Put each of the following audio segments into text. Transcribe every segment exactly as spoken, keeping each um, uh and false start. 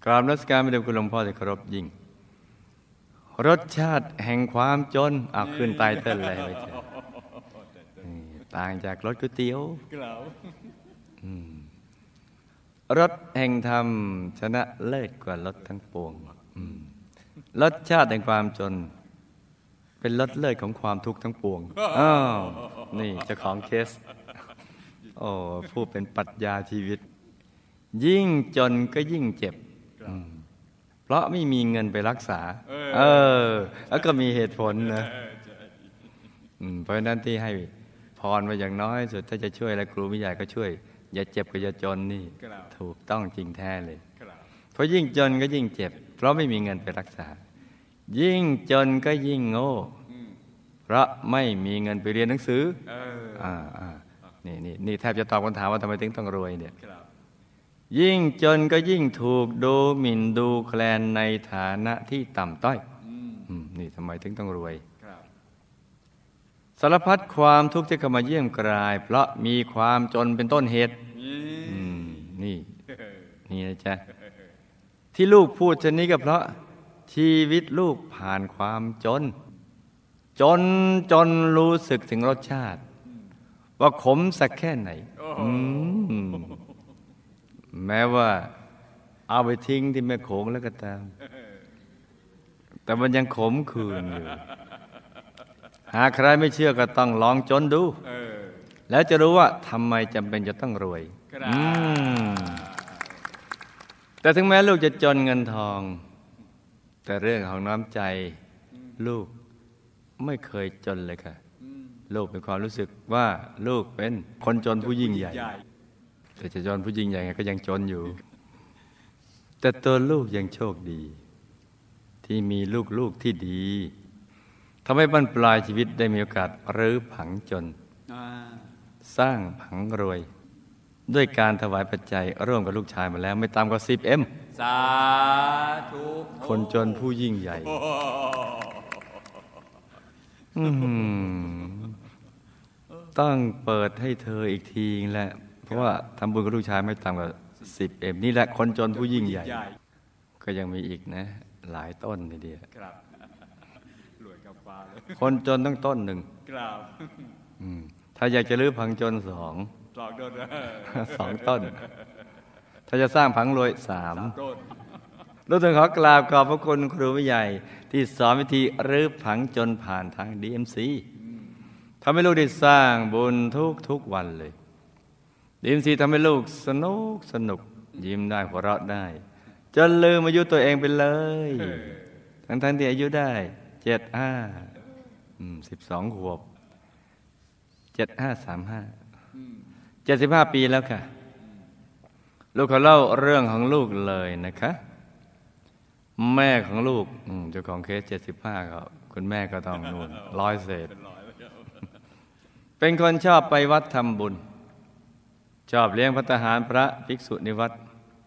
กราบนมัสการพระเดชคุณหลวงพ่อที่เคารพยิ่งรสชาติแห่งความจนอ่ะขึ้นไตเติ้ลเลยไปเถอะต่างจากรสก๋วยเตี๋ยวรสแห่งธรรมชนะเลิศกว่ารสทั้งปวงรสชาติแห่งความจนเป็นรสเลิศของความทุกข์ทั้งปวงอ้าวนี่เจ้าของเคสโอ้ผู้เป็นปรัชญาชีวิตยิ่งจนก็ยิ่งเจ็บเพราะไม่มีเงินไปรักษาเออแล้วก็มีเหตุผลนะเพราะนั้นที่ให้พรมาอย่างน้อยสุดถ้าจะช่วยอะไรครูวิทยาก็ช่วยอย่าเจ็บก็อย่าจนนี่ถูกต้องจริงแท้เลยเพราะยิ่งจนก็ยิ่งเจ็บเพราะไม่มีเงินไปรักษายิ่งจนก็ยิ่งโง่เพราะไม่มีเงินไปเรียนหนังสืออ่าอ่านี่นี่นี่แทบจะตอบคำถามว่าทำไมถึงต้องรวยเนี่ยยิ่งจนก็ยิ่งถูกดูหมิ่นดูแคลนในฐานะที่ต่ำต้อยนี่ทำไมถึงต้องรวยสารพัดความทุกข์ที่เข้ามาเยี่ยมกรายเพราะมีความจนเป็นต้นเหตุนี่นี่นะจ๊ะที่ลูกพูดเช่นนี้ก็เพราะชีวิตลูกผ่านความจนจนจนรู้สึกถึงรสชาติว่าขมสักแค่ไหนแม้ว่าเอาไปทิ้งที่แม่โขงแล้วก็ตามแต่มันยังขมขื่นอยู่หากใครไม่เชื่อก็ต้องลองจนดูแล้วจะรู้ว่าทำไมจำเป็นจะต้องรวยแต่ถึงแม้ลูกจะจนเงินทองแต่เรื่องของน้ำใจลูกไม่เคยจนเลยค่ะลูกมีความรู้สึกว่าลูกเป็นคนจนผู้ยิ่งใหญ่แต่จะจนผู้ยิ่งใหญ่ก็ยังจนอยู่แต่ตัวลูกยังโชคดีที่มีลูกๆที่ดีทำให้บรรปลายชีวิตได้มีโอกาสรื้อผังจนสร้างผังรวยด้วยการถวายปัจจัยร่วมกับลูกชายมาแล้วไม่ต่ำกว่าสิบเอ็มสาธุคนจนผู้ยิ่งใหญ่ต้องเปิดให้เธออีกทีแหละเพราะว่าทำบุญกับลูกชายไม่ต่ำกว่าสิบเอ็มนี่แหละคนจนผู้ยิ่งใหญ่ก็ยังมีอีกนะหลายต้นทีเดียวคนจนต้องต้นหนึ่งถ้าอยากจะรื้อผังจนสองสองต้นถ้าจะสร้างผังรวยสามลูกถึงขอกราบขอบพระคุณครูผู้ใหญ่ที่สอนวิธีรื้อผังจนผ่านทาง ดี เอ็ม ซี ทำให้ลูกได้สร้างบุญทุกทุกวันเลย ดี เอ็ม ซี ทำให้ลูกสนุกสนุกยิ้มได้หัวเราะได้จนลืมอายุตัวเองไปเลยทั้งทั้งที่อายุได้เจ็ดห้าสิบสองขวบเจ็ดห้าสามห้าเจ็ดสิบห้าปีแล้วค่ะลูกขอเล่าเรื่องของลูกเลยนะคะแม่ของลูกเจ้าของเคสเจ็ดสิบห้าก็คุณแม่ก็ต้องนู่นร้อยเศษเป็นคนชอบไปวัดทำบุญชอบเลี้ยงภัตตาหารพระภิกษุในวัด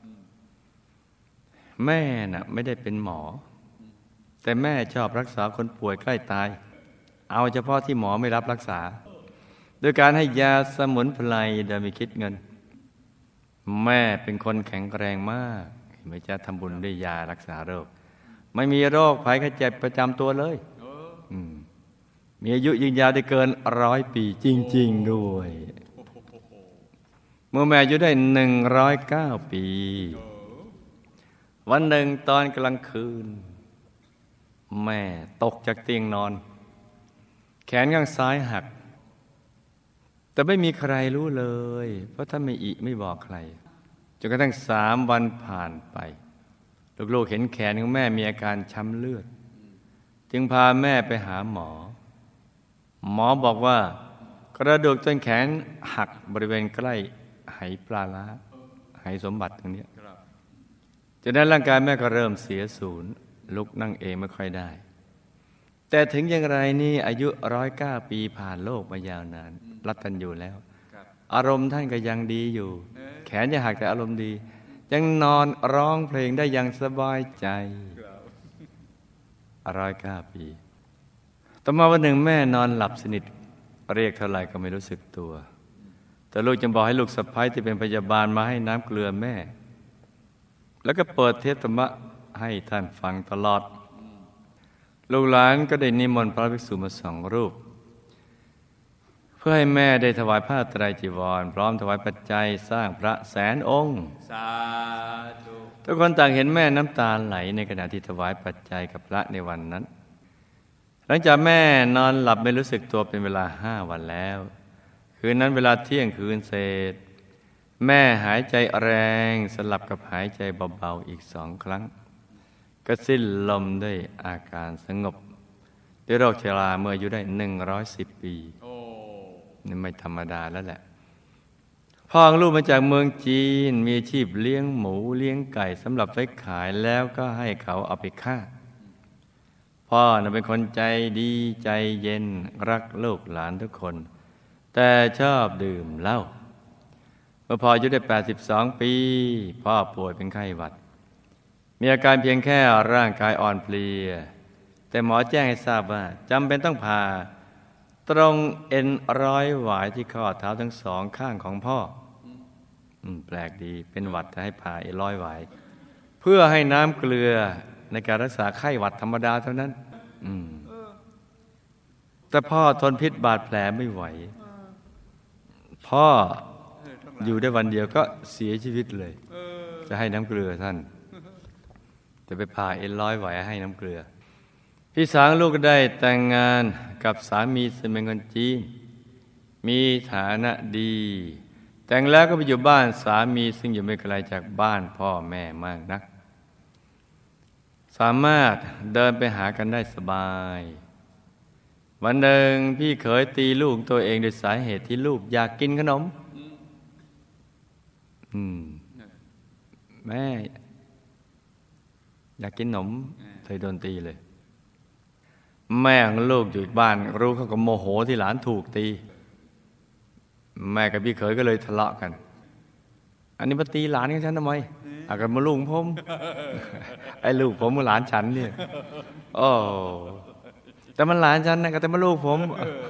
แม่น่ะไม่ได้เป็นหมอแต่แม่ชอบรักษาคนป่วยใกล้ตายเอาเฉพาะที่หมอไม่รับรักษาโดยการให้ยาสมุนไพรโดยไม่คิดเงินแม่เป็นคนแข็งแรงมากไม่จะทำบุญด้วยยารักษาโรคไม่มีโรคภัยไข้เจ็บประจำตัวเลยมีอายุยืนยาวได้เกินร้อยปีจริงๆด้วยเมื่อแม่อายุได้หนึ่งร้อยเก้าปีวันหนึ่งตอนกลางคืนแม่ตกจากเตียงนอนแขนข้างซ้ายหักแต่ไม่มีใครรู้เลยเพราะท่านไม่อิไม่บอกใครจนกระทั่งสามวันผ่านไปลูกๆเห็นแขนของแม่มีอาการช้ำเลือดจึงพาแม่ไปหาหมอหมอบอกว่ากระดูกต้นแขนหักบริเวณใกล้ไหปลาร้าไหสมบัติตรงนี้จากนั้นร่างกายแม่ก็เริ่มเสียศูนย์ลุกนั่งเองไม่ค่อยได้แต่ถึงอย่างไรนี่อายุร้อยเก้าปีผ่านโลกมายาวนานรักกันอยู่แล้วอารมณ์ท่านก็ยังดีอยู่แขนจะหักแต่อารมณ์ดียังนอนร้องเพลงได้อย่างสบายใจร้อยเก้าปีต่อมาวันหนึ่งแม่นอนหลับสนิทเรียกเท่าไหร่ก็ไม่รู้สึกตัวแต่ลูกจึงบอกให้ลูกสะใภ้ที่เป็นพยาบาลมาให้น้ำเกลือแม่แล้วก็เปิดเทศธรรมะให้ท่านฟังตลอดลูกหลานก็ได้นิมนต์พระภิกษุมาสองรูปเพื่อให้แม่ได้ถวายผ้าไตรจีวรพร้อมถวายปัจจัยสร้างพระแสนองค์สาธุทุกคนต่างเห็นแม่น้ำตาไหลในขณะที่ถวายปัจจัยกับพระในวันนั้นหลังจากแม่นอนหลับไม่รู้สึกตัวเป็นเวลาห้าวันแล้วคืนนั้นเวลาเที่ยงคืนเศษแม่หายใจแรงสลับกับหายใจเบาๆอีกสองครั้งก็สิ้นลมด้วยอาการสงบด้วยโรคชราเมื่ออายุได้หนึ่งร้อยสิบปีนี่ไม่ธรรมดาแล้วแหละพ่อของลูกมาจากเมืองจีนมีอาชีพเลี้ยงหมูเลี้ยงไก่สำหรับไว้ขายแล้วก็ให้เขาเอาไปฆ่าพ่อน่ะเป็นคนใจดีใจเย็นรักลูกหลานทุกคนแต่ชอบดื่มเหล้าเมื่อพ่ออายุได้แปดสิบสองปีพ่อป่วยเป็นไข้หวัดมีอาการเพียงแค่ร่างกายอ่อนเพลียแต่หมอแจ้งให้ทราบว่าจำเป็นต้องผ่าตรงเอ็นร้อยหวายที่ข้อเท้าทั้งสองข้างของพ่ออืมแปลกดีเป็นหวัดจะให้ผ่าเอ็นร้อยหวายเพื่อให้น้ำเกลือในการรักษาไข้หวัดธรรมดาเท่านั้นอืมแต่พ่อทนพิษบาดแผลไม่ไหวพ่ออยู่ได้วันเดียวก็เสียชีวิตเลยจะให้น้ำเกลือท่านจะไปผ่าเอ็นร้อยไหวให้น้ำเกลือพี่สาวลูกก็ได้แต่งงานกับสามีซึ่งเป็นคนจีนมีฐานะดีแต่งแล้วก็ไปอยู่บ้านสามีซึ่งอยู่ไม่ไกลจากบ้านพ่อแม่มากนักสามารถเดินไปหากันได้สบายวันหนึ่งพี่เขยตีลูกตัวเองโดยสาเหตุที่ลูกอยากกินขนมอืมแม่อยากกินขนมเลยโดนตีเลยแม่ของลูกอยู่บ้านรู้เขาก็โมโหที่หลานถูกตีแม่กับพี่เขยก็เลยทะเลาะกันอันนี้มาตีหลานของฉันทำไมอากันมาลูกผมไอ้ลูกผมกับหลานฉันเนี่ยโอ้แต่มันหลานฉันนะก็แต่มาลูกผม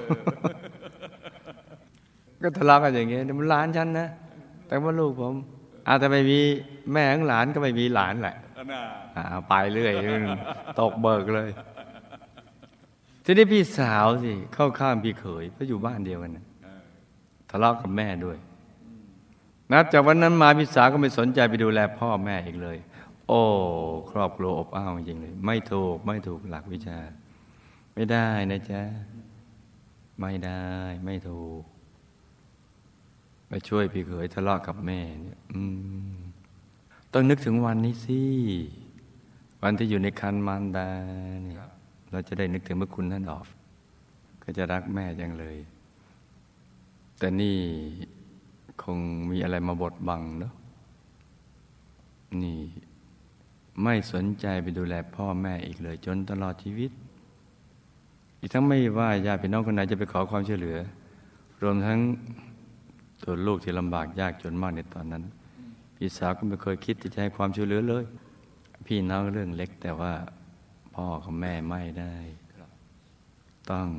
ก็ทะเลาะกันอย่างเงี้ยแต่มันหลานฉันนะแต่มาลูกผมอาจจะไม่มีแม่ของหลานก็ไม่มีหลานแหละอ่าไปเรื่อยตกเบิกเลยทีนี้พี่สาวสิเข้าข้างพี่เขยเพราะอยู่บ้านเดียวกันนะทะเลาะกับแม่ด้วยนับจากวันนั้นมาพี่สาวก็ไม่สนใจไปดูแลพ่อแม่อีกเลยโอ้ครอบครัวอบอ้าวจริงเลยไม่ถูกไม่ถูกหลักวิชาไม่ได้นะจ๊ะไม่ได้ไม่ถูกไปช่วยพี่เขยทะเลาะกับแม่เนี่ยอืมต้องนึกถึงวันนี้สิวันที่อยู่ในครรภ์มารดาเนี่ยเราจะได้นึกถึงพระคุณท่านออกก็จะรักแม่จังเลยแต่นี่คงมีอะไรมาบดบังเนาะนี่ไม่สนใจไปดูแลพ่อแม่อีกเลยจนตลอดชีวิตอีกทั้งไม่ว่าญาติพี่น้องคนไหนจะไปขอความช่วยเหลือรวมทั้งตัวลูกที่ลำบากยากจนมากในตอนนั้นพี่สาวก็ไม่เคยคิดที่จะให้ความช่วยเหลือเลยพี่น้องเรื่องเล็กแต่ว่าพ่อกับแม่ไม่ได้ต้อง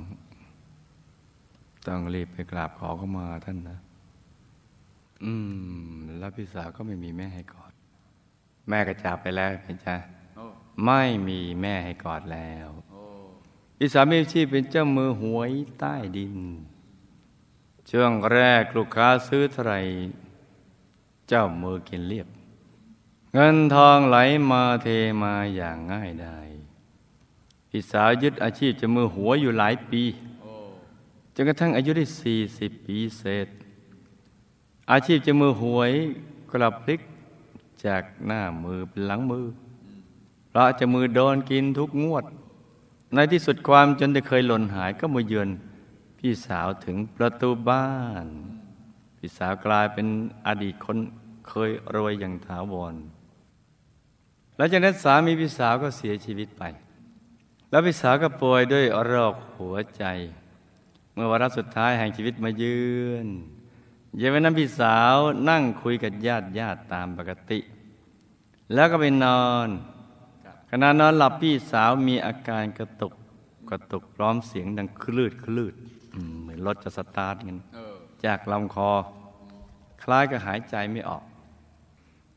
ต้องรีบไปกราบขอเข้ามาท่านนะอืมแล้วพี่สาวก็ไม่มีแม่ให้กอดแม่ก็จากไปแล้วเห็นจ้ะไม่มีแม่ให้กอดแล้วพี่สาวมีอาชีพเป็นเจ้ามือหวยใต้ดินช่วงแรกลูกค้าซื้อเท่าไหร่เจ้ามือกินเรียบเงินทองไหลมาเทมาอย่างง่ายดายพี่สาวยึดอาชีพเจ้ามือหวยอยู่หลายปีจนกระทั่งอายุได้สี่สิบปีเศษอาชีพเจ้ามือหวยกลับพลิกจากหน้ามือเป็นหลังมือเพราะเจ้ามือโดนกินทุกงวดในที่สุดความจนที่เคยหล่นหายก็มาเยือนพี่สาวถึงประตูบ้านพี่สาวกลายเป็นอดีตคนเคยรวยอย่างถาวรหลังจากนั้นสามีพี่สาวก็เสียชีวิตไปแล้วพี่สาวก็ป่วยด้วยโรคหัวใจเมื่อวาระสุดท้ายแห่งชีวิตมาเยือนเย็นวันนั้นพี่สาวนั่งคุยกับญาติญาติตามปกติแล้วก็ไปนอนขณะนอนหลับพี่สาวมีอาการกระตุกกระตุกพร้อมเสียงดังคลืดคลืดเหมือนรถจะสตาร์ทกันจากลำคอคล้ายกับหายใจไม่ออก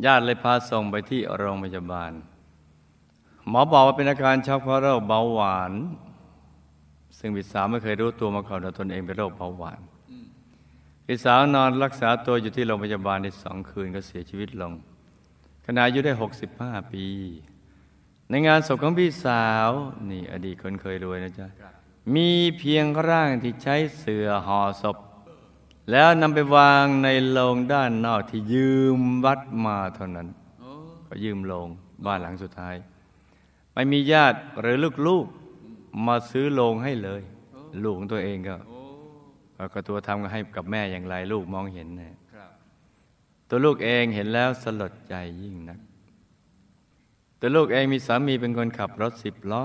ญาติเลยพาส่งไปที่โรงพยาบาลหมอบอกว่าเป็นอาการช็อกเพราะโรคเบาหวานซึ่งพี่สาวไม่เคยรู้ตัวมาก่อนว่าตนเองเป็นโรคเบาหวานพี่สาวนอนรักษาตัวอยู่ที่โรงพยาบาลได้สองคืนก็เสียชีวิตลงขณะอายุได้หกสิบห้าปีในงานศพของพี่สาวนี่อดีตคนเคยรวยนะจ๊ะมีเพียงร่างที่ใช้เสื่อห่อศพแล้วนำไปวางในโลงด้านนอกที่ยืมวัดมาเท่านั้นก็ยืมโลงบ้านหลังสุดท้ายไม่มีญาติหรือลูกๆมาซื้อโลงให้เลยลูกของตัวเองก็ก็ตัวทำก็ให้กับแม่อย่างไรลูกมองเห็นนะตัวลูกเองเห็นแล้วสลดใจยิ่งนักตัวลูกเองมีสามีเป็นคนขับรถสิบล้อ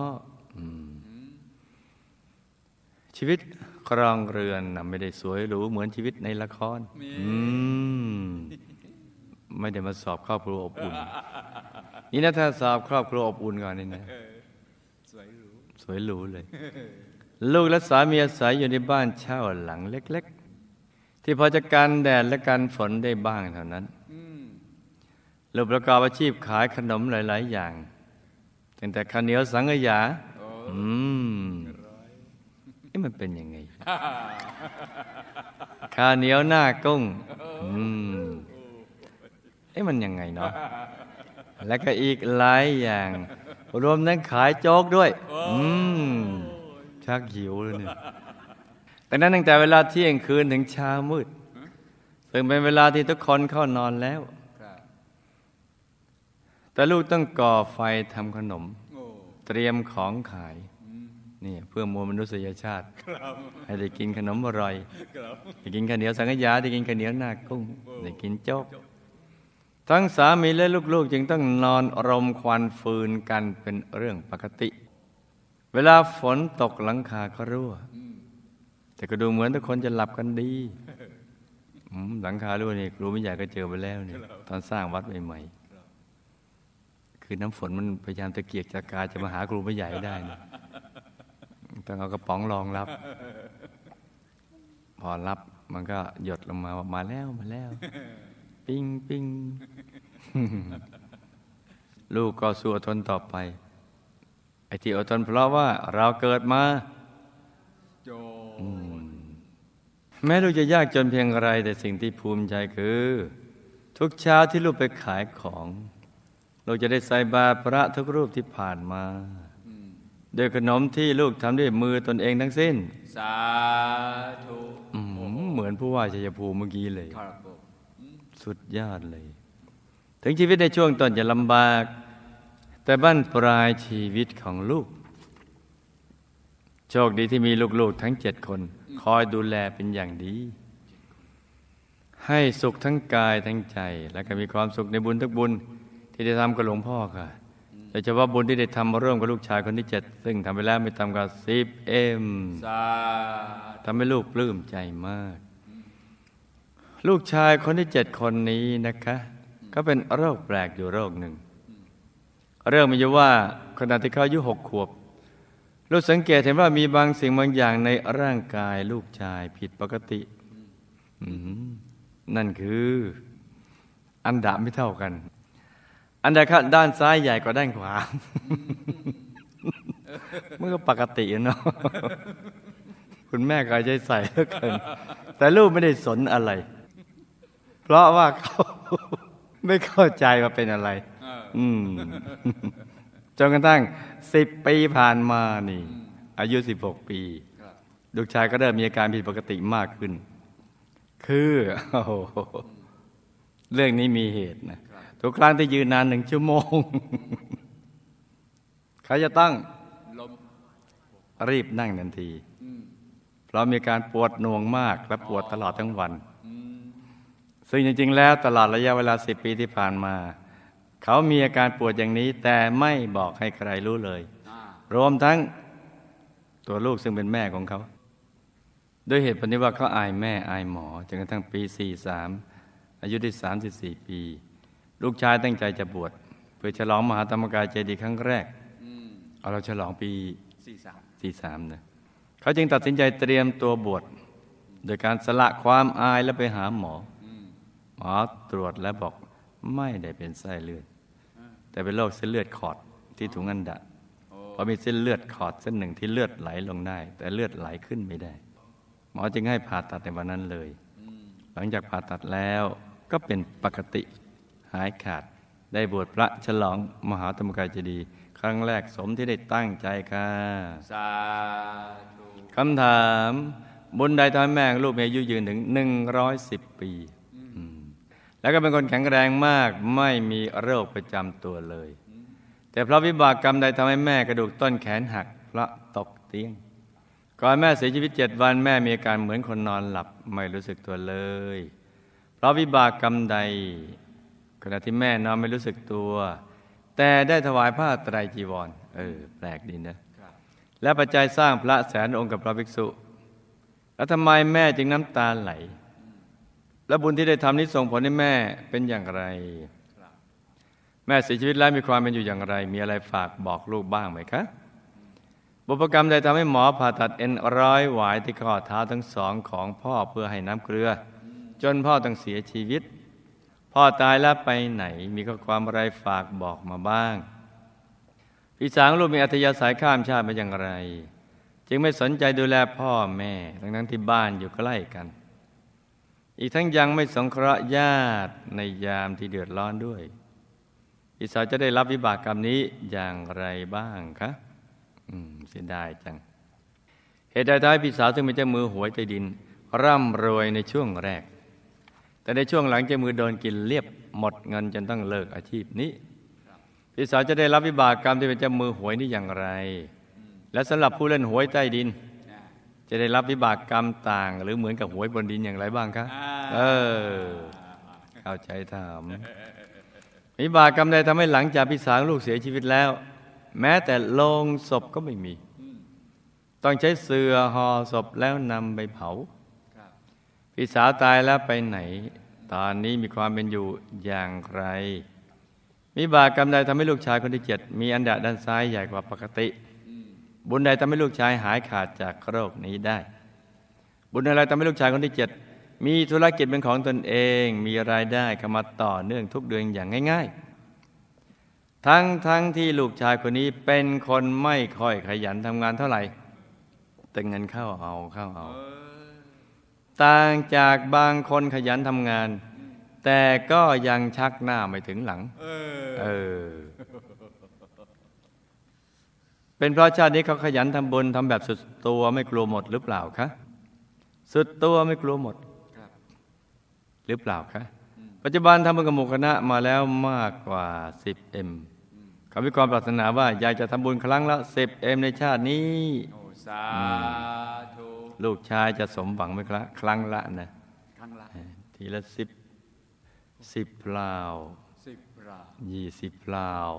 ชีวิตครองเรือนนะไม่ได้สวยหรูเหมือนชีวิตในละครไม่ได้มาสอบครอบครัวอบอุ่นนี่นะถ้าสอบครอบครัวอบอุ่นก่อนนี่นะสวยหรูสวยหรูเลยลูกและสามีอาศัยอยู่ในบ้านเช่าหลังเล็กๆที่พอจะกันแดดและกันฝนได้บ้างเท่านั้นลูกประกอบอาชีพขายขนมหลายๆอย่างตั้งแต่ข้าวเหนียวสังขยาอืมนี่มันเป็นยังไงข้าวเหนียวหน้ากุ้งอืมเอ๊ะมันยังไงเนาะแล้วก็อีกหลายอย่างรวมทั้งขายโจ๊กด้วยอืมชักหิวเลยเนี่ยแต่นั้นตั้งแต่เวลาเที่ยงคืนถึงเช้ามืดซึ่งเป็นเวลาที่ทุกคนเข้านอนแล้วแต่ลูกต้องก่อไฟทำขนมเตรียมของขายนี่เพื่อมวลมนุษยชาติให้ได้กินขนมอร่อยได้กินข้าวเหนียวสังขยาได้กินข้าวเหนียวหน้ากุ้งได้กินโจ๊กทั้งสามีและลูกๆจึงต้องนอนรมควันฟืนกันเป็นเรื่องปกติเวลาฝนตกหลังคาก็รั่วแต่ก็ดูเหมือนทุกคนจะหลับกันดีหลังคารั่วนี่ครูไม่ใหญ่ก็เจอไปแล้วนี่ตอนสร้างวัดใหม่ๆคือน้ำฝนมันพยายามตะเกียกตะกายจะมาหาครูไม่ใหญ่ได้นะต้องเอากระป๋องรองรับพอรับมันก็หยดลงมามาแล้วมาแล้วปิ้งปิ้งลูกก็สู้อดทนต่อไปไอ้ที่อดทนเพราะว่าเราเกิดมาแม้ลูกจะยากจนเพียงไรแต่สิ่งที่ภูมิใจคือทุกเช้าที่ลูกไปขายของลูกจะได้ใส่บาตรพระทุกรูปที่ผ่านมาด้วยขนมที่ลูกทำด้วยมือตนเองทั้งสิ้นสาธุเหมือนผู้ว่าชัยภูมิเมื่อกี้เลยสุดยอดเลยถึงชีวิตในช่วงต้นจะลำบากแต่บั้นปลายชีวิตของลูกโชคดีที่มีลูกๆทั้งเจ็ดคนคอยดูแลเป็นอย่างดีให้สุขทั้งกายทั้งใจและก็มีความสุขในบุญทุกบุญที่ได้ทำกับหลวงพ่อค่ะโดยเฉพาะบุญที่ได้ทำมาร่วมกับลูกชายคนที่เจ็ดซึ่งทำไปแล้วไม่ต่ำกว่าสิบเอ็มทำให้ลูกปลื้มใจมากลูกชายคนที่เจ็ดคนนี้นะคะก็เป็นโรคแปลกอยู่โรคหนึ่งเรื่องมันอยู่ว่าขณะที่เขาอายุหกขวบลูกสังเกตเห็นว่ามีบางสิ่งบางอย่างในร่างกายลูกชายผิดปกตินั่นคืออันดะไม่เท่ากันอันใดข้างด้านซ้ายใหญ่กว่าด้านขวามันก็ปกติเนาะคุณแม่ก็ใจใส่เหลือเกินแต่ลูกไม่ได้สนอะไรเพราะว่าเขาไม่เข้าใจว่าเป็นอะไรอืมจนกระทั่งสิบปีผ่านมานี่อายุสิบหกปีลูกชายก็เริ่มมีอาการผิดปกติมากขึ้นคือโอ้โหเรื่องนี้มีเหตุนะทุกครั้งที่ยืนนานหนึ่งชั่วโมงเขาจะต้องรีบนั่งทันทีเพราะมีการปวดหน่วงมากและปวดตลอดทั้งวันซึ่งจริงๆแล้วตลอดระยะเวลาสิบปีที่ผ่านมาเขามีอาการปวดอย่างนี้แต่ไม่บอกให้ใครรู้เลยรวมทั้งตัวลูกซึ่งเป็นแม่ของเขาด้วยเหตุผลที่ว่าเขาอายแม่อายหมอจนกระทั่งปีสี่สิบสามอายุได้สามสิบสี่ปีลูกชายตั้งใจจะบวชเพื่อฉลองมหาธรรมกายเจดีย์ครั้งแรกเอาเราฉลองปีสี่สิบสามนะเขาจึงตัดสินใจเตรียมตัวบวชโดยการสละความอายและไปหาหมอหมอตรวจและบอกไม่ได้เป็นไส้เลือดแต่เป็นโรคเส้นเลือดขอดที่ถุงอัณฑะเพราะมีเส้นเลือดขอดเส้นหนึ่งที่เลือดไหลลงได้แต่เลือดไหลขึ้นไม่ได้หมอจึงให้ผ่าตัดในวันนั้นเลยหลังจากผ่าตัดแล้วก็เป็นปกติหายขาดได้บวชพระฉลองมหาธรรมกายเจดีย์ครั้งแรกสมที่ได้ตั้งใจค่ะสาธุคำถามบุญใดทำให้แม่ลูกมีอายุยืนถึงหนึ่งร้อยสิบปีแล้วก็เป็นคนแข็งแรงมากไม่มีโรคประจำตัวเลยแต่เพราะวิบากกรรมใดทำให้แม่กระดูกต้นแขนหักเพราะตกเตียงก่อนแม่เสียชีวิตเจ็ดวันแม่มีอาการเหมือนคนนอนหลับไม่รู้สึกตัวเลยเพราะวิบากกรรมใดขณะที่แม่นอนไม่รู้สึกตัวแต่ได้ถวายผ้าไตรจีวรเออแปลกดีนะและปัจจัยสร้างพระแสนองค์กับพระภิกษุแล้วทำไมแม่จึงน้ำตาไหลและบุญที่ได้ทำนี้ส่งผลให้แม่เป็นอย่างไรแม่เสียชีวิตแล้วมีความเป็นอยู่อย่างไรมีอะไรฝากบอกลูกบ้างไหมคะบุพกรรมใดทำให้หมอผ่าตัดเอ็นร้อยหวายที่ข้อเท้าทั้งสองของพ่อเพื่อให้น้ำเกลือจนพ่อต้องเสียชีวิตพ่อตายแล้วไปไหนมีข้อความอะไรฝากบอกมาบ้างพี่สาวลูกมีอัธยาศัยข้ามชาติมาอย่างไรจึงไม่สนใจดูแลพ่อแม่ทั้งนั้นที่บ้านอยู่ใกล้กันอีกทั้งยังไม่สงเคราะห์ญาติในยามที่เดือดร้อนด้วยพี่สาวจะได้รับวิบากกรรมนี้อย่างไรบ้างคะอืมเสียดายจังเหตุใดท้ายพี่สาวถึงเป็นเจ้ามือหวยใต้ดินร่ำรวยในช่วงแรกแต่ในช่วงหลังเจ้ามือโดนกินเรียบหมดเงินจนต้องเลิกอาชีพนี้พี่สาวจะได้รับวิบากกรรมที่เป็นเจ้ามือหวยนี้อย่างไรและสำหรับผู้เล่นหวยใต้ดินจะได้รับวิบากกรรมต่างหรือเหมือนกับหวยบนดินอย่างไรบ้างคะเออเข้าใจถามวิบากกรรมใดทำให้หลังจากพี่สาวลูกเสียชีวิตแล้วแม้แต่โลงศพก็ไม่มีต้องใช้เสื่อห่อศพแล้วนำไปเผาพี่สาวตายแล้วไปไหนตอนนี้มีความเป็นอยู่อย่างไรวิบากกรรมใดทำให้ลูกชายคนที่เจ็ดมีอันดะด้านซ้ายใหญ่กว่าปกติบุญใดทำให้ลูกชายหายขาดจากโรคนี้ได้บุญอะไรทำให้ลูกชายคนที่เจ็ดมีธุรกิจเป็นของตนเองมีรายได้เข้ามาต่อเนื่องทุกเดือนอย่างง่ายๆทั้งทั้งที่ลูกชายคนนี้เป็นคนไม่ค่อยขยันทำงานเท่าไหร่แต่เงินเข้าเอาเข้าเอาต่างจากบางคนขยันทำงานแต่ก็ยังชักหน้าไม่ถึงหลังเออ เออ เป็นเพราะชาตินี้เขาขยันทำบุญทำแบบสุดตัวไม่กลัวหมดหรือเปล่าคะสุดตัวไม่กลัวหมดหรือเปล่าคะปัจจุบันทำบุญกับหมู่คณะมาแล้วมากกว่า สิบ เอ็ม เขามีความปรารถนาว่าอยากจะทำบุญครั้งละ สิบ เอ็ม ในชาตินี้สาธุลูกชายจะสมหวังไหมครับครั้งละนะครั้งละทีละสิบสิบพลาวสิบพลาวยี่สิบพลาว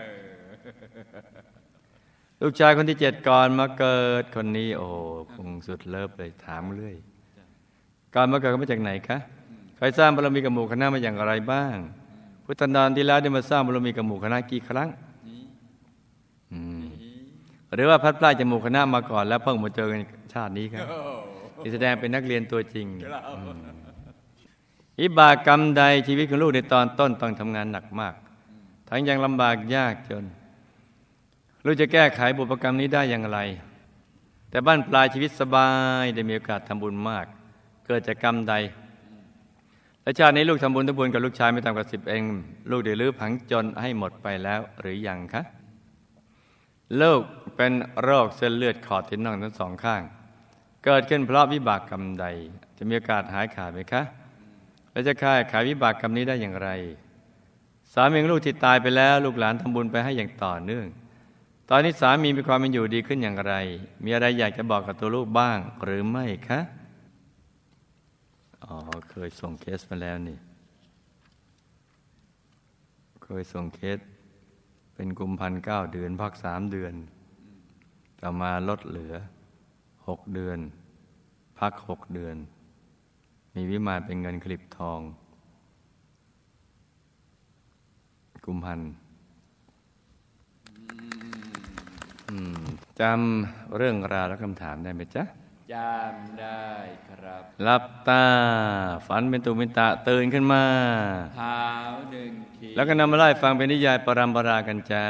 ลูกชายคนที่เจ็ดก่อนมาเกิดคนนี้โอ้คงสุดเลิฟเลยถามเรื่อยก่อนมาเกิดมาจากไหนคะใครสร้างบารมีกับหมู่คณะมาอย่างไรบ้างพุทธันดรที่แล้วได้มาสร้างบารมีกับหมู่คณะกี่ครั้งหรือว่าพัดพลาดจากหมู่คณะมาก่อนแล้วเพิ่งมาเจอกันชาตินี้ครับที่แสดงเป็นนักเรียนตัวจริงวิบากกรรมใดชีวิตของลูกในตอนต้นต้องทำงานหนักมากทั้งยังลำบากยากจนลูกจะแก้ไขบุพกรรมนี้ได้อย่างไรแต่บ้านปลายชีวิตสบายได้มีโอกาสทำบุญมากเกิดจากกรรมใดและชาตินี้ลูกทำบุญทำบุญกับลูกชายไม่ต่ำกว่าสิบเองลูกได้ลื้อผังจนให้หมดไปแล้วหรือยังคะลูกเป็นโรคเส้นเลือดขอดที่น่องทั้งสองข้างเกิดขึ้นเพราะวิบากกรรมใดจะมีโอกาสหายขาดไหมคะและจะแก้ไขวิบากกรรมนี้ได้อย่างไรสามีของลูกที่ตายไปแล้วลูกหลานทำบุญไปให้อย่างต่อเนื่องตอนนี้สามีมีความเป็นอยู่ดีขึ้นอย่างไรมีอะไรอยากจะบอกกับตัวลูกบ้างหรือไม่คะอ๋อเคยส่งเคสมาแล้วนี่เคยส่งเคสเป็นกุมภาพันธ์เก้าเดือนพักสามเดือนต่อมาลดเหลือหกเดือนพักหกเดือนมีวิมานเป็นเงินคลิปทองกุมภาพันธ์จำเรื่องราวและคำถามได้ไหมจ๊ะจำได้ครับหลับตาฝันเป็นตุเป็นตะตื่นขึ้นมาเท้าหนึ่งทีแล้วก็นำมาไล่ฟังเป็นนิยายปรัมปรากันจ้า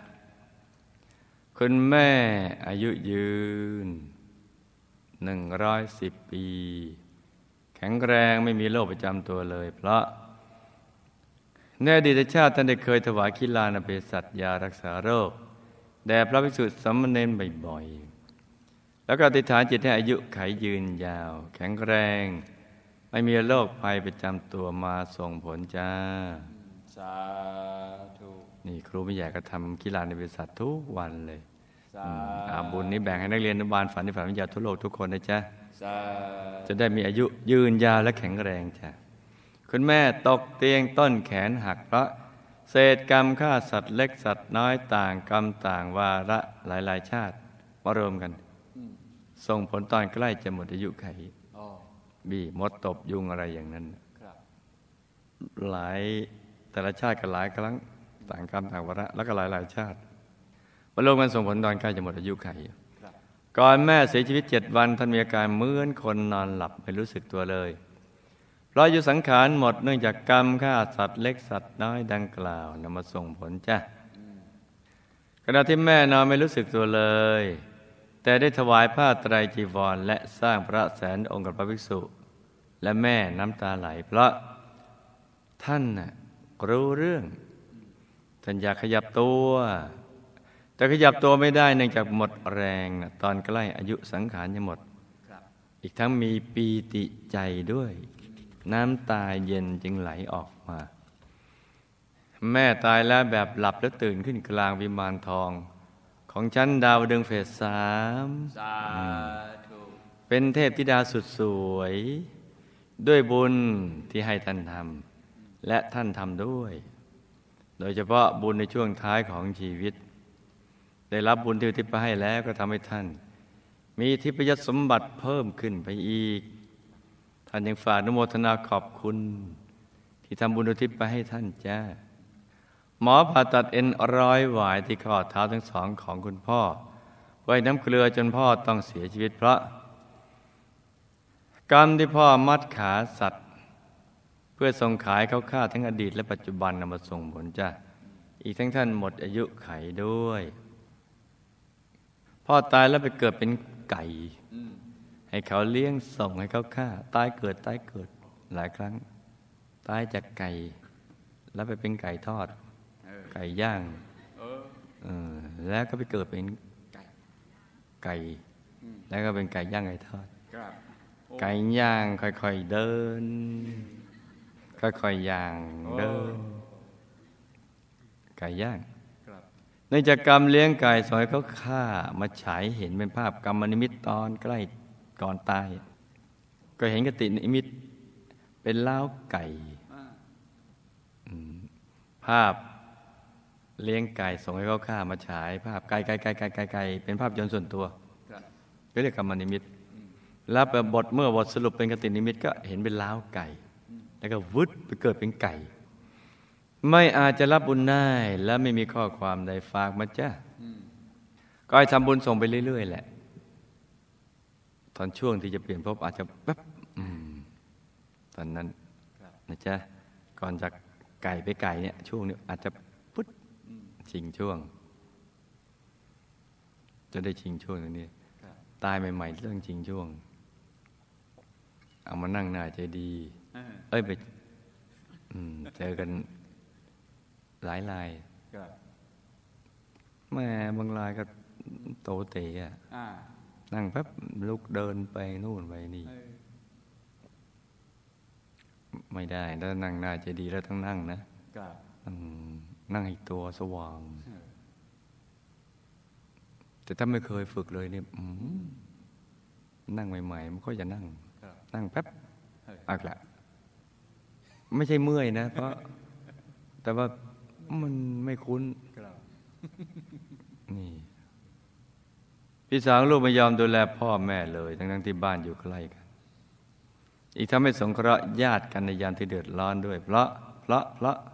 คุณแม่อายุยืนหนึ่งร้อยสิบปี แข็งแรงไม่มีโรคประจำตัวเลย เพราะในอดีตชาติท่านได้เคยถวายคีลานเภสัชยารักษาโรคแด่พระภิกษุสามเณรบ่อยๆแล้วก็อธิษฐานจิตให้อายุไขยืนยาว แข็งแรงไม่มีโรคภัยประจำตัวมาส่งผลจ้าสาธุนี่ครูไม่ใหญ่ก็ทำกีฬาในบริษัททุกวันเลยสาอาบุญนี้แบ่งให้นักเรียนอนุบาลฝันในฝันวิทยาทั่วโลกทุกคนนะจ๊ะสาจะได้มีอายุยืนยาวและแข็งแรงจ้ะคุณแม่ตกเตียงต้นแขนหักเพราะเศษกรรมฆ่าสัตว์เล็กสัตว์น้อยต่างกรรมต่างวาระหลายๆชาติมารวมกัน ส่งผลตอนใกล้จะหมดอายุไขอ๋อบีมดตบยุงอะไรอย่างนั้นครับหลายแต่ละชาติก็หลายครั้งต่างกรรมต่างวาระแล้วก็หลายหลายชาติมารวมกันส่งผลตอนใกล้จะหมดอายุไขครับก่อนแม่เสียชีวิตเจ็ดวันท่านมีอาการเหมือนคนนอนหลับไม่รู้สึกตัวเลยเพราะอายุสังขารหมดเนื่องจากกรรมฆ่าสัตว์เล็กสัตว์น้อยดังกล่าวนำมาส่งผลจ้ะขณะที่แม่นอนไม่รู้สึกตัวเลยแต่ได้ถวายผ้าไตรจีวรและสร้างพระแสนองค์กับพระภิกษุและแม่น้ำตาไหลเพราะท่านน่ะรู้เรื่องท่านอยากขยับตัวแต่ขยับตัวไม่ได้เนื่องจากหมดแรงนะตอนใกล้อายุสังขารจะหมดครับอีกทั้งมีปีติใจด้วย น้ำตาเย็นจึงไหลออกมา แม่ตายแล้วแบบหลับแล้วตื่นขึ้นกลางวิมานทอง ของชั้นดาวดึงส์เฟสสามสาธุเป็นเทพธิดาสุดสวย ด้วยบุญที่ให้ท่านทำและท่านทำด้วย โดยเฉพาะบุญในช่วงท้ายของชีวิต ได้รับบุญที่อุทิศไปให้แล้วก็ทำให้ท่าน มีทิพยสมบัติเพิ่มขึ้นไปอีก ท่านยังฝากอนุโมทนาขอบคุณ ที่ทำบุญอุทิศไปให้ท่านจ้าหมอผ่าตัดเอ็นร้อยหวายที่ข้อเท้าทั้งสองของคุณพ่อไว้น้ำเกลือจนพ่อต้องเสียชีวิตเพราะกรรมที่พ่อมัดขาสัตว์ เพื่อส่งขายเขาฆ่าทั้งอดีตและปัจจุบันนำมาส่งผลจ้าอีกทั้งท่านหมดอายุไขด้วยพ่อตายแล้วไปเกิดเป็นไก่อืมให้เขาเลี้ยงส่งให้เขาฆ่าตายเกิดตายเกิดหลายครั้งตายจากไก่ แล้วไปเป็นไก่ทอดเออไก่ย่างเออเออแล้วก็ไปเกิดเป็นไก่ไก่อืมแล้วก็เป็นไก่ย่างไก่ทอดครับโอ้ไก่ย่างค่อยๆเดิน ค่อยๆย่างเดิน ไก่ย่างครับเนื่องจากกรรมเลี้ยงไก่สอยเขาฆ่ามาฉายเห็นเป็นภาพกรรมนิมิตตอนใกล้ก่อนตาย ก็เห็นกตินิมิตเป็นล้าวไก่อ่าอืมภาพเลี้ยงไก่ส่งให้เขาฆ่ามาฉาย ภาพไก่ไก่ไก่ไก่ไก่ไก่เป็นภาพยนตร์ส่วนตัวครับก็เรียกกรรมนิมิตแล้วบทเมื่อบทสรุปเป็นกตินิมิตก็เห็นเป็นล้าวไก่ แล้วก็วุดไปเกิดเป็นไก่ ไม่อาจจะรับบุญได้และไม่มีข้อความใดฝากมาจ้าอืมก็ให้ทำบุญส่งไปเรื่อยๆแหละ ตอนช่วงที่จะเปลี่ยนภพอาจจะแป๊บอืมตอนนั้นครับนะจ๊ะก่อนจากไก่ไปไก่เนี่ยช่วงนี้อาจจะปุ๊บอืมชิงช่วง จะได้ชิงช่วงตรงนี้ครับตายใหม่ๆเรื่องชิงช่วง เอามานั่งหน้าใจดีเออเอ้ยไปอืมเจอกันหลายรายครับแม่บางรายก็โตเตะอะอ่านั่งแป๊บลุกเดินไปนู่นไปนี่เออไม่ได้ถ้านั่งหน้าใจดีแล้วต้องนั่งนะครับต้องนั่งให้ตัวสว่างเออแต่ถ้าไม่เคยฝึกเลยเนี่ยอืมนั่งใหม่ๆมันก็จะนั่งครับนั่งแป๊บเอออักละไม่ใช่เมื่อยนะ เพราะ แต่ว่ามันไม่คุ้นครับนี่พี่สาวลูกไม่ยอมดูแลพ่อแม่เลย ทั้งๆที่บ้านอยู่ใกล้กัน อีกทั้งไม่สงเคราะห์ญาติกันในยามที่เดือดร้อนด้วย เพราะเพราะเพราะ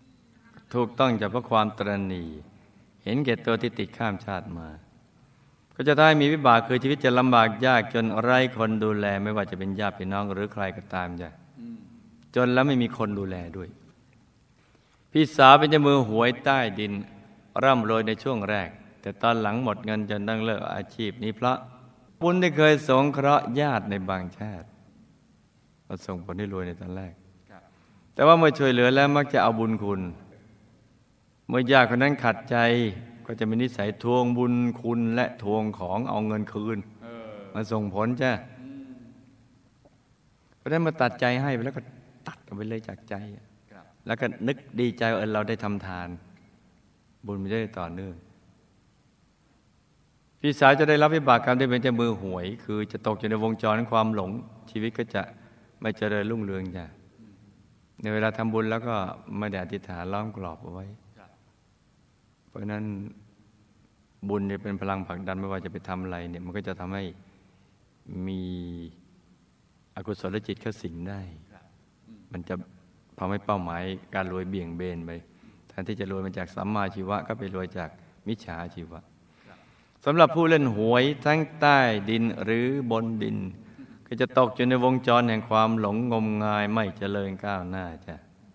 ถูกต้องจากเพราะความตระหนี่เห็นแก่ตัวที่ติดข้ามชาติมาก็จะได้มีวิบากคือชีวิตจะลำบากยากจนไร้คนดูแลไม่ว่าจะเป็นญาติพี่น้องหรือใครก็ตามจ้ะจนแล้วไม่มีคนดูแลด้วยพี่สาวเป็นเจ้ามือหวยใต้ดินร่ำรวยในช่วงแรกแต่ตอนหลังหมดเงินจนต้องเลิกอาชีพนี้เพราะบุญที่เคยสงเคราะห์ญาติในบางชาติมาส่งผลให้รวยในตอนแรกแต่ว่าเมื่อช่วยเหลือแล้วมักจะเอาบุญคุณเมื่อญาติคนนั้นขัดใจก็จะมีนิสัยทวงบุญคุณและทวงของเอาเงินคืนมาส่งผลจ้ะเพราะฉะนั้นมาตัดใจให้แล้วก็ตัดออกไปเลยจากใจแล้วก็นึกดีใจว่าเราได้ทำทานบุญไม่ได้ต่อเนื่องพี่สาวจะได้รับวิบากกรรมได้เป็นเจ้ามือหวยคือจะตกอยู่ในวงจรของความหลงชีวิตก็จะไม่เจริญรุ่งเรืองจ้ะในเวลาทำบุญแล้วก็ไม่ได้อธิษฐานล้อมกรอบเอาไว้เพราะฉะนั้นบุญจะเป็นพลังผลักดันไม่ว่าจะไปทำอะไรเนี่ยมันก็จะทำให้มีอกุศลจิตเข้าสิงได้มันจะทำให้เป้าหมายการรวยเบี่ยงเบนไปแทนที่จะรวยมาจากสัมมาชีวะก็ไปรวยจากมิจฉาชีวะสำหรับผู้เล่นหวยทั้งใต้ดินหรือบนดินก็จะตกอยู่ในวงจรแห่งความหลงงมงายไม่เจริญก้าวหน้าจ้ะ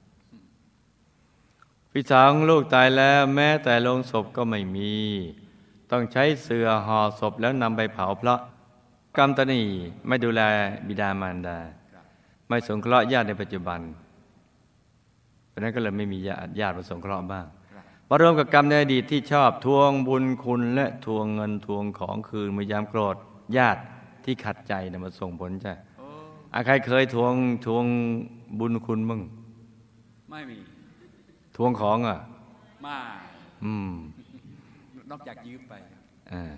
พี่สาวของลูกตายแล้วแม้แต่โลงศพก็ไม่มีต้องใช้เสื่อห่อศพแล้วนำไปเผาเพราะกรรมตนีไม่ดูแลบิดามารดาไม่สงเคราะห์ญาติในปัจจุบันเพราะนั้นก็เลยไม่มีญาติญาติมาสงเคราะห์บ้างมารวมกับกรรมในอดีตที่ชอบทวงบุญคุณและทวงเงินทวงของคืนเมื่อยามโกรธญาติที่ขัดใจนะมาส่งผลจ้ะอาใครเคยทวงทวงบุญคุณบ้างไม่มีทวงของอ่ะมาอืมนอกจากยืมไปอ่า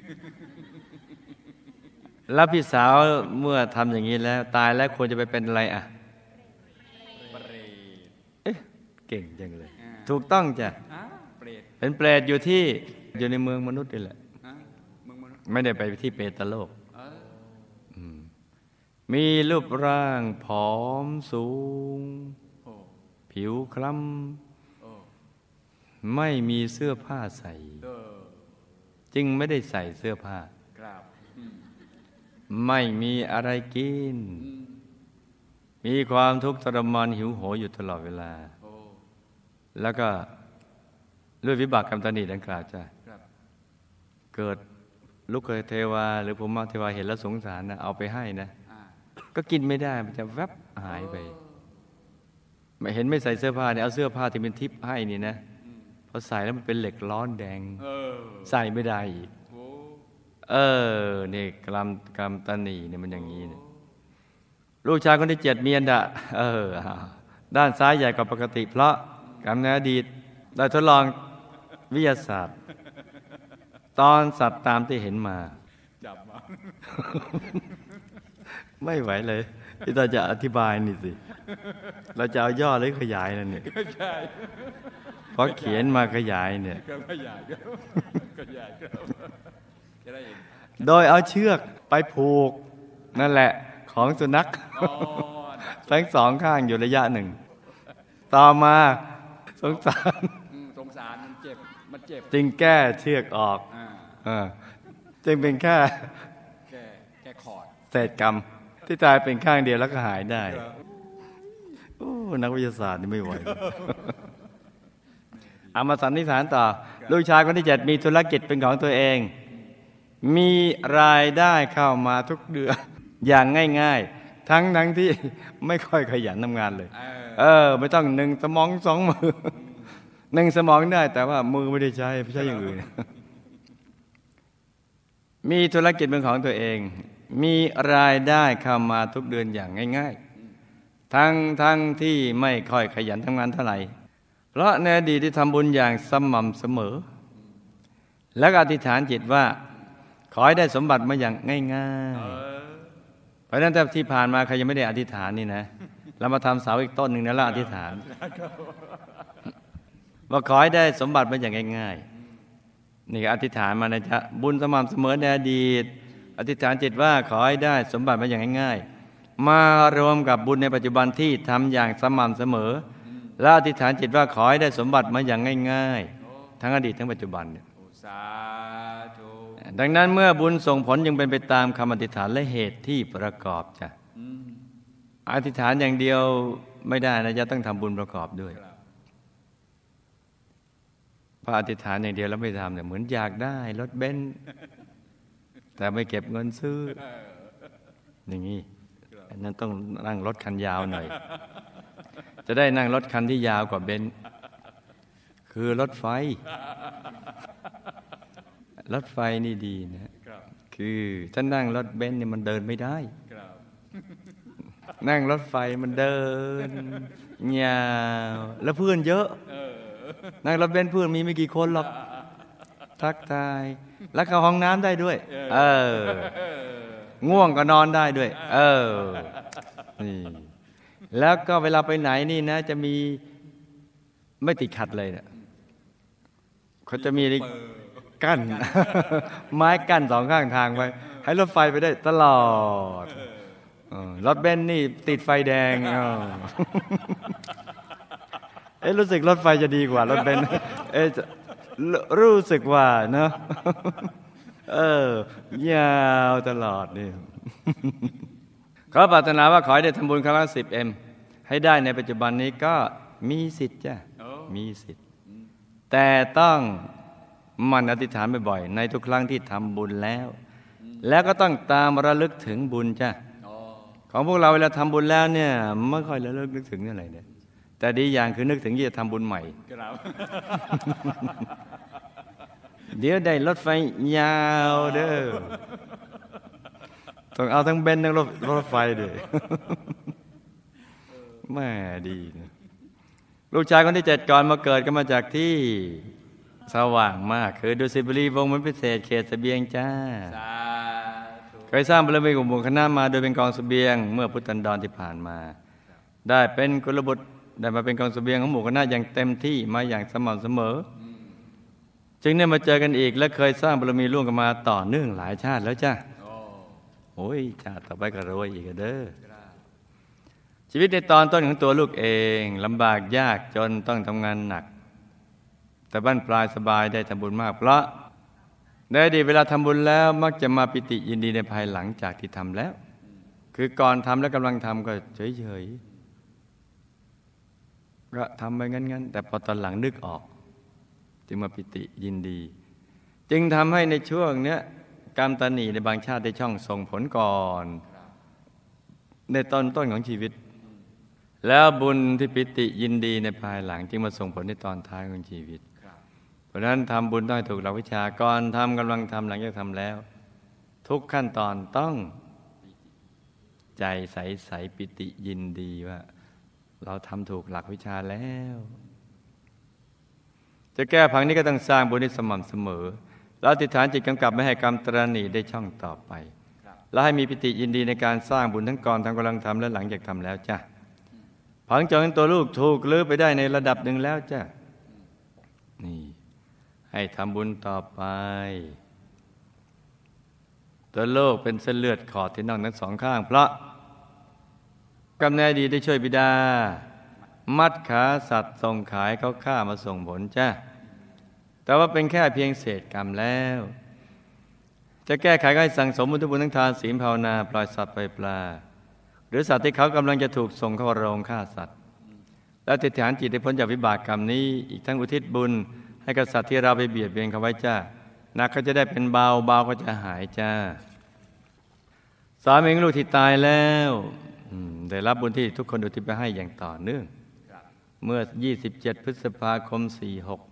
แล้วพี่สาวเมื่อทำอย่างนี้แล้วตายแล้วควรจะไปเป็นอะไรอ่ะเอ๊ะเก่งจังเลยถูกต้องจ้ะเป็นเปรตอยู่ที่อยู่ในเมืองมนุษย์นี่แหละไม่ได้ไปที่เปตโลกมีรูปร่างผอมสูงผิวคล้ำไม่มีเสื้อผ้าใส่จึงไม่ได้ใส่เสื้อผ้าไม่มีอะไรกินมีความทุกข์ทรมานหิวโหยอยู่ตลอดเวลาแล้วก็ด้วยวิบากกรรมตนีดังกล่าวจ้ะเกิดลูกเทวาหรือภูมิเทวาเห็นแล้วสงสารนะเอาไปให้นะก็กินไม่ได้มันจะแวบหายไปไม่เห็นไม่ใส่เสื้อผ้าเนี่ยเอาเสื้อผ้าที่เป็นทิพย์ให้นี่นะพอใส่แล้วมันเป็นเหล็กร้อนแดงใส่ไม่ได้อีกเออนี่กรรมกรรมตนีเนี่ยมันอย่างนี้เนี่ยลูกชายคนที่เจ็ดมีอันดะเออด้านซ้ายใหญ่กว่าปกติเพราะกรรมในอดีตได้ทดลองวิทยาศาสตร์ตอนสัตว์ตามที่เห็นมาจับมาไม่ไหวเลยที่เราจะอธิบายนี่สิเราจะเอาย่อหรือขยายนั่นเนี่ยเพราะเขียนมาขยายเนี่ยขยายขยายโดยเอาเชือกไปผูกนั่นแหละของสุนัขทั้งสองข้างอยู่ระยะหนึ่งต่อมาสงสารสงสารมันเจ็บมันเจ็บจึงแก้เชือกออกจึงเป็นแค่แก้แก้ขอดเศษกรรมที่ตายเป็นข้างเดียวแล้วก็หายได้โอ้นักวิทยาศาสตร์นี่ไม่ไหวเอามาสันนิษฐานต่อลูกชายคนที่เจ็ดมีธุรกิจเป็นของตัวเองมีรายได้เข้ามาทุกเดือนอย่างง่ายๆทั้งทั้งที่ไม่ค่อยขยันทำงานเลยเออไม่ต้องหนึ่งสมองสองมือหนึ่งสมองได้แต่ว่ามือไม่ได้ใช้ไม่ใช่อย่างอื่นมีธุรกิจเป็นของตัวเองมีรายได้เข้ามาทุกเดือนอย่างง่ายๆทั้งทั้งที่ไม่ค่อยขยันทำงานเท่าไหร่เพราะในอดีตที่ทำบุญอย่างสม่ำเสมอแล้วก็อธิษฐานจิตว่าขอให้ได้สมบัติมาอย่างง่ายๆเพราะฉะนั้นแต่ที่ผ่านมาใครยังไม่ได้อธิษฐานนี่นะเรามาทำเสาอีกต้นหนึ่งนะแล้วอธิษฐานว่าขอให้ได้สมบัติมาอย่างง่ายๆนี่ก็อธิษฐานมานะจ๊ะบุญสม่ำเสมอในอดีตอธิษฐานจิตว่าขอให้ได้สมบัติมาอย่างง่ายๆมารวมกับบุญในปัจจุบันที่ทำอย่างสม่ำเสมอและอธิษฐานจิตว่าขอให้ได้สมบัติมาอย่างง่ายๆทั้งอดีตทั้งปัจจุบันเนี่ยดังนั้นเมื่อบุญส่งผลยังเป็นไปตามคำอธิษฐานและเหตุที่ประกอบจ้ะอธิษฐานอย่างเดียวไม่ได้นะจะต้องทำบุญประกอบด้วยพออธิษฐานอย่างเดียวแล้วไม่ทำเนี่ยเหมือนอยากได้รถเบนซ์แต่ไม่เก็บเงินซื้ออย่างนี้อันนั้นต้องนั่งรถคันยาวหน่อยจะได้นั่งรถคันที่ยาวกว่าเบนซ์คือรถไฟรถไฟนี่ดีนะคือถ้านั่งรถเบนซ์เนี่ยมันเดินไม่ได้นั่งรถไฟมันเดินยาวแล้วเพื่อนเยอะนั่งรถเบนซ์เพื่อนมีไม่กี่คนหรอกทักทายแล้วเข้าห้องน้ำได้ด้วยเออง่วงก็นอนได้ด้วยเออนี่แล้วก็เวลาไปไหนนี่นะจะมีไม่ติดขัดเลยเนี่ยเขาจะมีกั้นไม้กั้นสองข้างทางไว้ให้รถไฟไปได้ตลอดรถเบนซ์นี่ติดไฟแดงเอ๊ะรู้สึกรถไฟจะดีกว่ารถเบนซ์เอ๊ะรู้สึกว่าเนอะเออยาวตลอดนี่ขอปรารถนาว่าขอให้ได้ทำบุญครั้งละสิบเอ็มให้ได้ในปัจจุบันนี้ก็มีสิทธิ์จ้ะมีสิทธิ์แต่ต้องมันอธิษฐานบ่อยๆในทุกครั้งที่ทำบุญแล้วแล้วก็ต้องตามระลึกถึงบุญจ้ะของพวกเราเวลาทำบุญแล้วเนี่ยไม่ค่อยระลึกนึกถึงอะไรเนี่ยแต่ดีอย่างคือนึกถึงที่จะทำบุญใหม่เดี๋ยวได้รถไฟยาวเด้อต้องเอาทั้งเบนซ์ทั้งรถรถไฟด้วยแม่ดีนะลูกชายคนที่เจ็ดก่อนมาเกิดก็มาจากที่สว่างมากคือดุสิตบุรีวงศ์มันพิเศษเขตเสบียงจ้าเคยสร้างบารมีของหมู่คณะมาโดยเป็นกองเสบียงเมื่อพุทธันดรที่ผ่านมาได้เป็นกุลบุตรได้มาเป็นกองเสบียงของหมู่คณะอย่างเต็มที่มาอย่างสม่ำเสมอจึงได้มาเจอกันอีกและเคยสร้างบารมีร่วมกันมาต่อเนื่องหลายชาติแล้วจ้าโอ้ยชาติต่อไปก็รวยอีกเด้อชีวิตในตอนต้นของตัวลูกเองลำบากยากจนต้องทำงานหนักแต่บ้านปลายสบายได้ทำบุญมากเพราะในอดีตเวลาทำบุญแล้วมักจะมาปิติยินดีในภายหลังจากที่ทำแล้วคือก่อนทำและกำลังทำก็เฉยๆก็ทำไปงั้นๆแต่พอตอนหลังนึกออกจึงมาปิติยินดีจึงทำให้ในช่วงเนี้ยกรรมตนีในบางชาติได้ช่องส่งผลก่อนในตอนต้นของชีวิตแล้วบุญที่ปิติยินดีในภายหลังจึงมาส่งผลในตอนท้ายของชีวิตเพราะฉะนั้นทำบุญต้องถูกหลักวิชาก่อนทำกำลังทำหลังจากทำแล้วทุกขั้นตอนต้องใจใสใสปิติยินดีว่าเราทำถูกหลักวิชาแล้วจะแก้ผังนี้ก็ต้องสร้างบุญที่สม่ำเสมอแล้วอธิษฐานจิตกำกับไม่ให้กรรมตระหนี่ได้ช่องต่อไปและให้มีปิติยินดีในการสร้างบุญทั้งก่อนทำกำลังทำและหลังจากทำแล้วจ้ะผังจองตัวลูกถูกลื้อไปได้ในระดับหนึ่งแล้วจ้ะนี่ให้ทำบุญต่อไปตัวโลกเป็นเส้นเลือดขอดที่น่องทั้งสองข้างเพราะกรรมในอดีตได้ช่วยบิดามัดขาสัตว์ส่งขายเขาฆ่ามาส่งผลจ้ะแต่ว่าเป็นแค่เพียงเศษกรรมแล้วจะแก้ไขก็ให้สั่งสมบุญทุกบุญทั้งทานศีลภาวนาปล่อยสัตว์ไปปลาหรือสัตว์ที่เขากำลังจะถูกส่งเข้าโรงฆ่าสัตว์และอธิษฐานจิตให้พ้นจากวิบากกรรมนี้อีกทั้งอุทิศบุญให้กับสัตว์ที่เราไปเบียดเบียนเขาไว้จ้าหนักก็จะได้เป็นเบาเบาก็จะหายจ้าสามีลูกที่ตายแล้วได้รับบุญที่ทุกคนอุทิศไปให้อย่างต่อเนื่องเมื่อยี่สิบเจ็ดพฤษภาคมสี่สิบหก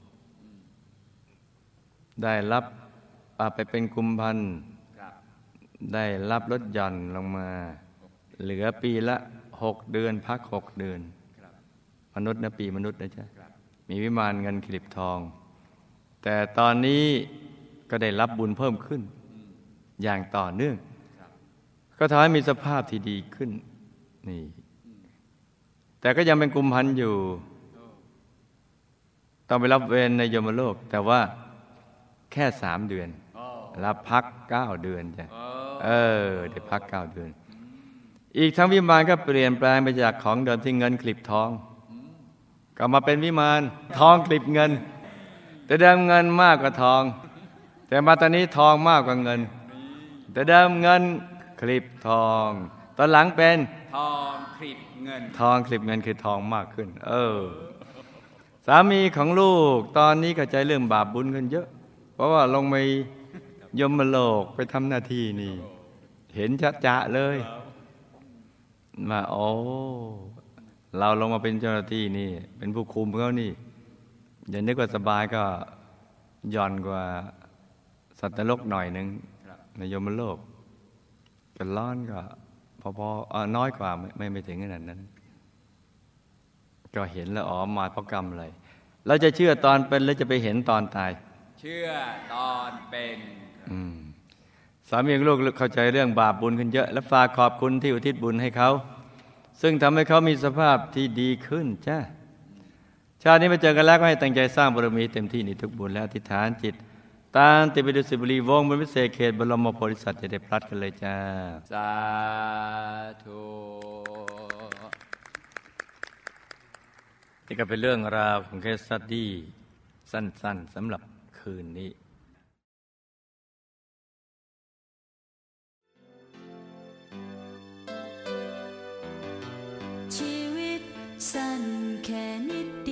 ได้รับไปเป็นกุมพันธ์ได้รับลดหย่อนลงมาเหลือปีละหกเดือนพักหกเดือนมนุษย์นะปีมนุษย์นะจ๊ะมีวิมานเงินคลิปทองแต่ตอนนี้ก็ได้รับบุญเพิ่มขึ้นอย่างต่อเนื่องก็ทำให้มีสภาพที่ดีขึ้นนี่แต่ก็ยังเป็นกุมพันธ์อยู่ต้องไปรับเวรในยมโลกแต่ว่าแค่สามเดือนรับพักเก้าเดือนจ้ะเออได้พักเก้าเดือนอีกทั้งวิมานก็เปลี่ยนแปลงไปจากของเดิมที่เงินคลิปทองก็มาเป็นวิมานทองคลิปเงินแต่เดิมเงินมากกว่าทองแต่แต่มาตอนนี้ทองมากกว่าเงิน แต่เดิมเงินคลิปทอง ตอนหลังเป็นทองคลิปเงินทองคลิปเงินคือทองมากขึ้น เออ สามีของลูกตอนนี้ก็ใจเรื่องบาปบุญกันเยอะ เพราะว่าลงไปยมโลกไปทำหน้าที่นี่ เห็นชัดจะเลยมาโอ้เราลงมาเป็นเจ้าหน้าที่นี่ เป็นผู้คุมเขานี่ อย่านึกว่าสบายก็ย่อนกว่าสัตว์นรกหน่อยหนึ่งในยมโลกกันร้อนก็พอๆเออน้อยกว่าไม่ไม่ไม่ถึงขนาดนั้น ก็เห็นแล้วอ๋อมาเพราะกรรมอะไรเราจะเชื่อตอนเป็นแล้วจะไปเห็นตอนตายเชื่อตอนเป็นอืมสามีกับลูกเข้าใจเรื่องบาปบุญขึ้นเยอะ และฝากขอบคุณที่อุทิศบุญให้เขา ซึ่งทำให้เขามีสภาพที่ดีขึ้นจ้าชาตินี้มาเจอกันแล้วก็ให้ตั้งใจสร้างบารมีเต็มที่ในทุกบุญและอธิษฐานจิตตามติปิฎกสิบบุรีวงศ์บนวิเศษเขตบรมโพธิสัตว์จะได้พลัดกันเลยจ้าสาธุนี่ก็เป็นเรื่องราวของเคสสตัดดี้สั้นๆสำหรับคืนนี้ชีวิตสั้นแค่นิด